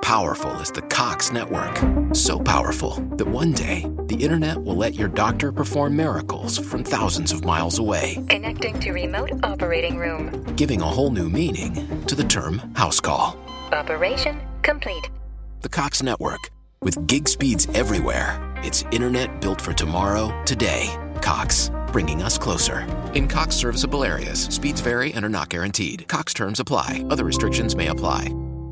powerful is the Cox network. So powerful that one day, the internet will let your doctor perform miracles from thousands of miles away. Connecting to remote operating room. Giving a whole new meaning to the term house call. Operation complete. The Cox network. With gig speeds everywhere, it's internet built for tomorrow, today. Cox, bringing us closer. In Cox serviceable areas, speeds vary and are not guaranteed. Cox terms apply. Other restrictions may apply.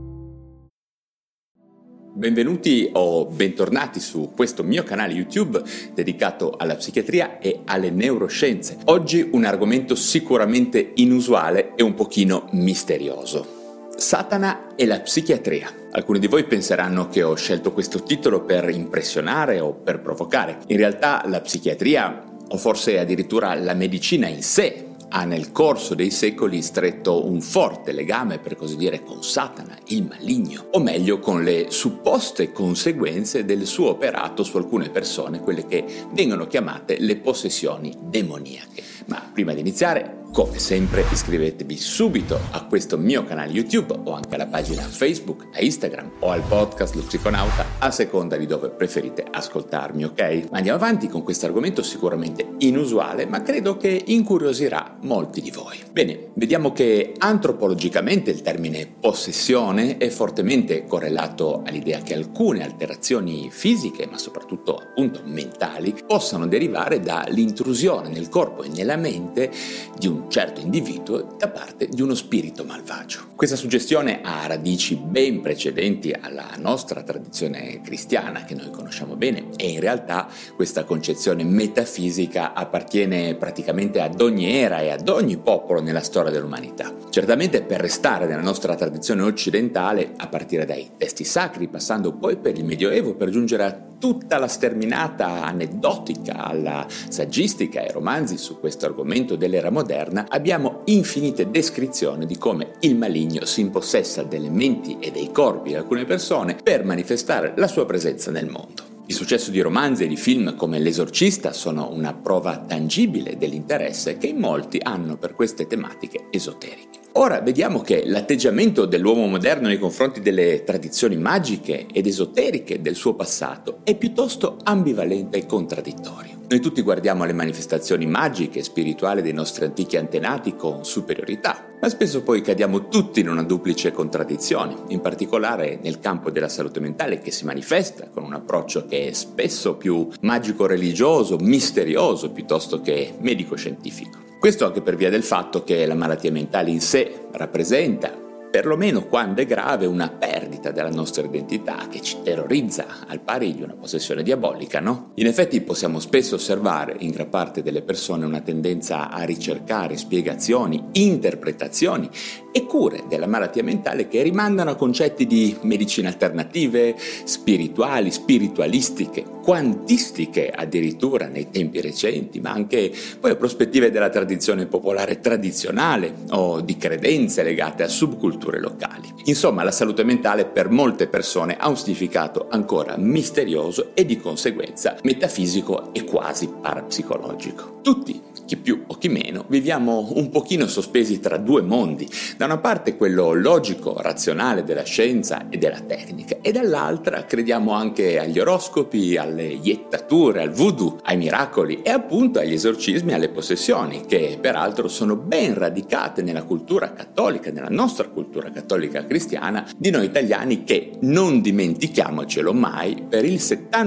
Benvenuti o bentornati su questo mio canale YouTube dedicato alla psichiatria e alle neuroscienze. Oggi un argomento sicuramente inusuale e un pochino misterioso. Satana e la psichiatria. Alcuni di voi penseranno che ho scelto questo titolo per impressionare o per provocare. In realtà la psichiatria, o forse addirittura la medicina in sé, ha nel corso dei secoli stretto un forte legame, per così dire, con Satana, il maligno, o meglio con le supposte conseguenze del suo operato su alcune persone, quelle che vengono chiamate le possessioni demoniache. Ma prima di iniziare, come sempre, iscrivetevi subito a questo mio canale YouTube o anche alla pagina Facebook, a Instagram o al podcast Lo Psiconauta, a seconda di dove preferite ascoltarmi, ok? Ma andiamo avanti con questo argomento sicuramente inusuale, ma credo che incuriosirà molti di voi. Bene, vediamo che antropologicamente il termine possessione è fortemente correlato all'idea che alcune alterazioni fisiche, ma soprattutto appunto mentali, possano derivare dall'intrusione nel corpo e nella mente di un certo individuo da parte di uno spirito malvagio. Questa suggestione ha radici ben precedenti alla nostra tradizione cristiana che noi conosciamo bene e in realtà questa concezione metafisica appartiene praticamente ad ogni era e ad ogni popolo nella storia dell'umanità. Certamente per restare nella nostra tradizione occidentale, a partire dai testi sacri, passando poi per il Medioevo per giungere a tutta la sterminata aneddotica, alla saggistica e romanzi su questo argomento dell'era moderna, abbiamo infinite descrizioni di come il maligno si impossessa delle menti e dei corpi di alcune persone per manifestare la sua presenza nel mondo. Il successo di romanzi e di film come L'Esorcista sono una prova tangibile dell'interesse che in molti hanno per queste tematiche esoteriche. Ora vediamo che l'atteggiamento dell'uomo moderno nei confronti delle tradizioni magiche ed esoteriche del suo passato è piuttosto ambivalente e contraddittorio. Noi tutti guardiamo le manifestazioni magiche e spirituali dei nostri antichi antenati con superiorità, ma spesso poi cadiamo tutti in una duplice contraddizione, in particolare nel campo della salute mentale che si manifesta con un approccio che è spesso più magico-religioso, misterioso, piuttosto che medico-scientifico. Questo anche per via del fatto che la malattia mentale in sé rappresenta, perlomeno quando è grave, una perdita della nostra identità che ci terrorizza al pari di una possessione diabolica, no? In effetti possiamo spesso osservare in gran parte delle persone una tendenza a ricercare spiegazioni, interpretazioni e cure della malattia mentale che rimandano a concetti di medicine alternative, spirituali, spiritualistiche, quantistiche addirittura nei tempi recenti, ma anche poi a prospettive della tradizione popolare tradizionale o di credenze legate a subculture locali. Insomma, la salute mentale per molte persone ha un significato ancora misterioso e di conseguenza metafisico e quasi parapsicologico. Tutti, chi più o chi meno, viviamo un pochino sospesi tra due mondi. Da una parte quello logico, razionale della scienza e della tecnica e dall'altra crediamo anche agli oroscopi, alle iettature, al voodoo, ai miracoli e appunto agli esorcismi e alle possessioni che peraltro sono ben radicate nella cultura cattolica, nella nostra cultura cattolica cristiana di noi italiani che, non dimentichiamocelo mai, per il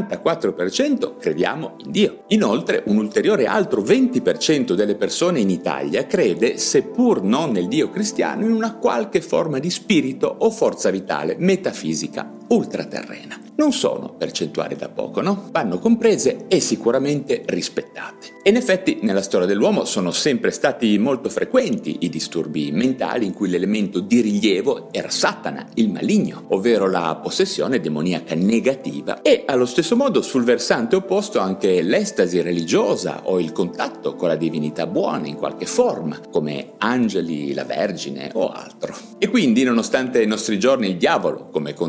74% crediamo in Dio. Inoltre un ulteriore altro 20% delle persone in Italia crede, seppur non nel Dio cristiano, in una qualche forma di spirito o forza vitale metafisica ultraterrena. Non sono percentuali da poco, no? Vanno comprese e sicuramente rispettate. E in effetti nella storia dell'uomo sono sempre stati molto frequenti i disturbi mentali in cui l'elemento di rilievo era Satana, il maligno, ovvero la possessione demoniaca negativa, e allo stesso modo sul versante opposto anche l'estasi religiosa o il contatto con la divinità buona in qualche forma, come angeli, la Vergine o altro. E quindi, nonostante ai nostri giorni il diavolo, come contenuto di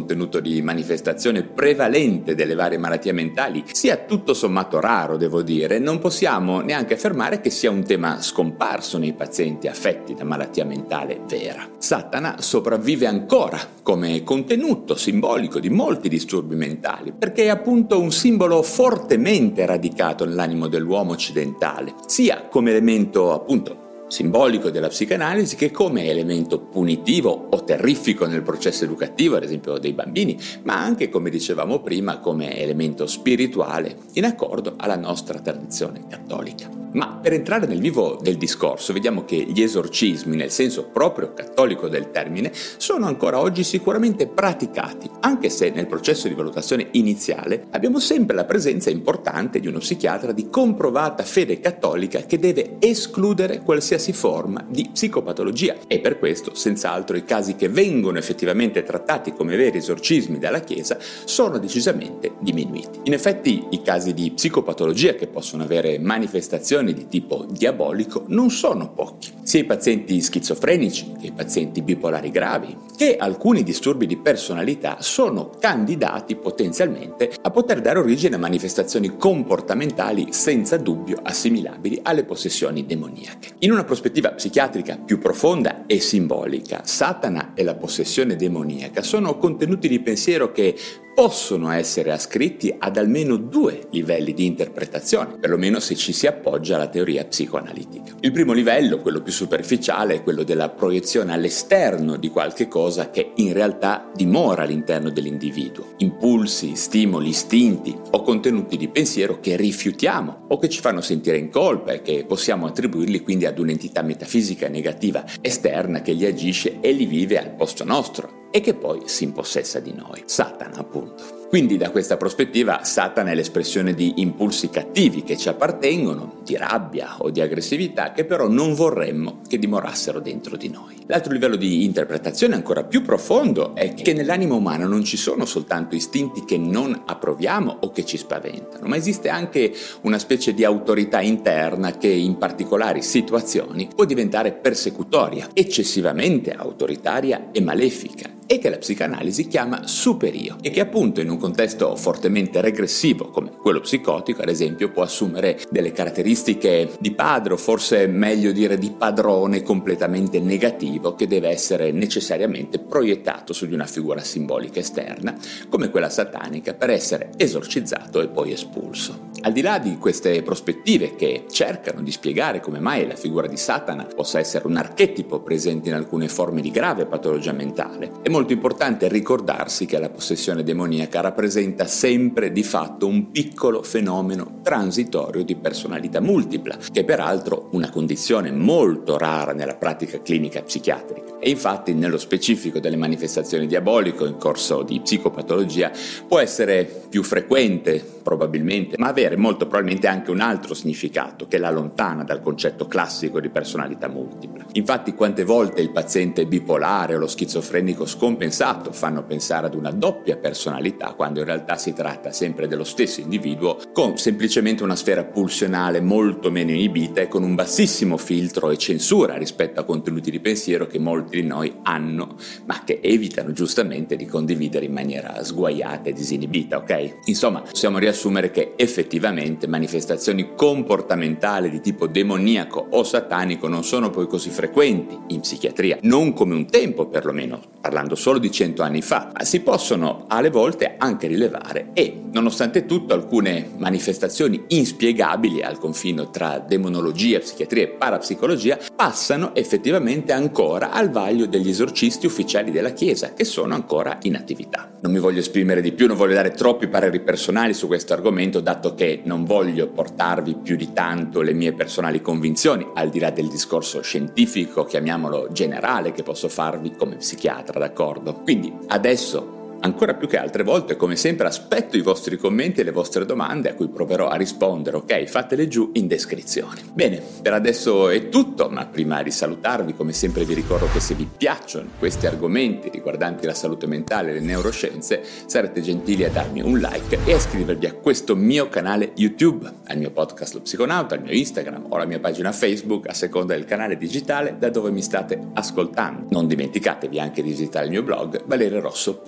di manifestazione prevalente delle varie malattie mentali sia tutto sommato raro, devo dire, non possiamo neanche affermare che sia un tema scomparso nei pazienti affetti da malattia mentale vera. Satana sopravvive ancora come contenuto simbolico di molti disturbi mentali, perché è appunto un simbolo fortemente radicato nell'animo dell'uomo occidentale, sia come elemento appunto simbolico della psicanalisi che come elemento punitivo o terrifico nel processo educativo, ad esempio dei bambini, ma anche, come dicevamo prima, come elemento spirituale in accordo alla nostra tradizione cattolica. Ma per entrare nel vivo del discorso, vediamo che gli esorcismi, nel senso proprio cattolico del termine, sono ancora oggi sicuramente praticati, anche se nel processo di valutazione iniziale abbiamo sempre la presenza importante di uno psichiatra di comprovata fede cattolica che deve escludere qualsiasi forma di psicopatologia, e per questo senz'altro i casi che vengono effettivamente trattati come veri esorcismi dalla Chiesa sono decisamente diminuiti. In effetti i casi di psicopatologia che possono avere manifestazioni di tipo diabolico non sono pochi. Sia i pazienti schizofrenici che i pazienti bipolari gravi, che alcuni disturbi di personalità sono candidati potenzialmente a poter dare origine a manifestazioni comportamentali senza dubbio assimilabili alle possessioni demoniache. In una prospettiva psichiatrica più profonda e simbolica, Satana e la possessione demoniaca sono contenuti di pensiero che possono essere ascritti ad almeno 2 livelli di interpretazione, perlomeno se ci si appoggia alla teoria psicoanalitica. Il primo livello, quello più superficiale, è quello della proiezione all'esterno di qualche cosa che in realtà dimora all'interno dell'individuo. Impulsi, stimoli, istinti o contenuti di pensiero che rifiutiamo o che ci fanno sentire in colpa e che possiamo attribuirli quindi ad un'entità metafisica negativa esterna che li agisce e li vive al posto nostro e che poi si impossessa di noi. Satana, appunto. Quindi da questa prospettiva Satana è l'espressione di impulsi cattivi che ci appartengono, di rabbia o di aggressività, che però non vorremmo che dimorassero dentro di noi. L'altro livello di interpretazione ancora più profondo è che nell'animo umano non ci sono soltanto istinti che non approviamo o che ci spaventano, ma esiste anche una specie di autorità interna che in particolari situazioni può diventare persecutoria, eccessivamente autoritaria e malefica, e che la psicanalisi chiama superio e che appunto in un contesto fortemente regressivo come quello psicotico, ad esempio, può assumere delle caratteristiche di padre o forse meglio dire di padrone completamente negativo che deve essere necessariamente proiettato su di una figura simbolica esterna come quella satanica per essere esorcizzato e poi espulso. Al di là di queste prospettive che cercano di spiegare come mai la figura di Satana possa essere un archetipo presente in alcune forme di grave patologia mentale, è molto importante ricordarsi che la possessione demoniaca rappresenta sempre di fatto un piccolo fenomeno transitorio di personalità multipla, che è peraltro una condizione molto rara nella pratica clinica psichiatrica. E infatti nello specifico delle manifestazioni diaboliche in corso di psicopatologia può essere più frequente probabilmente, ma avere molto probabilmente anche un altro significato che la allontana dal concetto classico di personalità multipla. Infatti quante volte il paziente bipolare o lo schizofrenico scompensato fanno pensare ad una doppia personalità quando in realtà si tratta sempre dello stesso individuo con semplicemente una sfera pulsionale molto meno inibita e con un bassissimo filtro e censura rispetto a contenuti di pensiero che molti di noi hanno ma che evitano giustamente di condividere in maniera sguaiata e disinibita, ok? Insomma, possiamo riassumere che effettivamente manifestazioni comportamentali di tipo demoniaco o satanico non sono poi così frequenti in psichiatria, non come un tempo perlomeno, parlando solo di 100 anni fa, ma si possono alle volte anche rilevare e, nonostante tutto, alcune manifestazioni inspiegabili al confine tra demonologia, psichiatria e parapsicologia passano effettivamente ancora al vaglio degli esorcisti ufficiali della Chiesa, che sono ancora in attività. Non mi voglio esprimere di più, non voglio dare troppi pareri personali su questo argomento, dato che non voglio portarvi più di tanto le mie personali convinzioni, al di là del discorso scientifico, chiamiamolo generale, che posso farvi come psichiatra, d'accordo? Quindi adesso, ancora più che altre volte, come sempre, aspetto i vostri commenti e le vostre domande a cui proverò a rispondere, ok? Fatele giù in descrizione. Bene, per adesso è tutto, ma prima di salutarvi, come sempre vi ricordo che se vi piacciono questi argomenti riguardanti la salute mentale e le neuroscienze, sarete gentili a darmi un like e a iscrivervi a questo mio canale YouTube, al mio podcast Lo Psiconauta, al mio Instagram o alla mia pagina Facebook, a seconda del canale digitale da dove mi state ascoltando. Non dimenticatevi anche di visitare il mio blog valerierosso.com.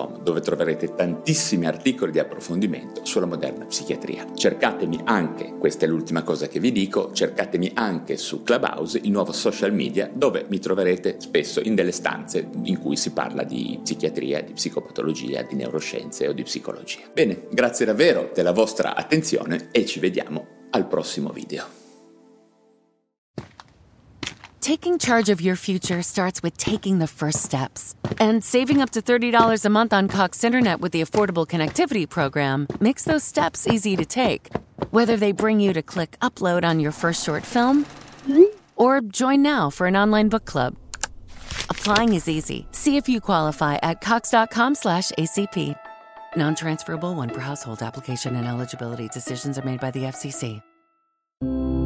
www.psichiatria.com, dove troverete tantissimi articoli di approfondimento sulla moderna psichiatria. Cercatemi anche, questa è l'ultima cosa che vi dico, cercatemi anche su Clubhouse, il nuovo social media, dove mi troverete spesso in delle stanze in cui si parla di psichiatria, di psicopatologia, di neuroscienze o di psicologia. Bene, grazie davvero della vostra attenzione e ci vediamo al prossimo video. Taking charge of your future starts with taking the first steps. And saving up to $30 a month on Cox Internet with the Affordable Connectivity Program makes those steps easy to take. Whether they bring you to click upload on your first short film or join now for an online book club. Applying is easy. See if you qualify at cox.com/ACP. Non-transferable one per household application and eligibility decisions are made by the FCC.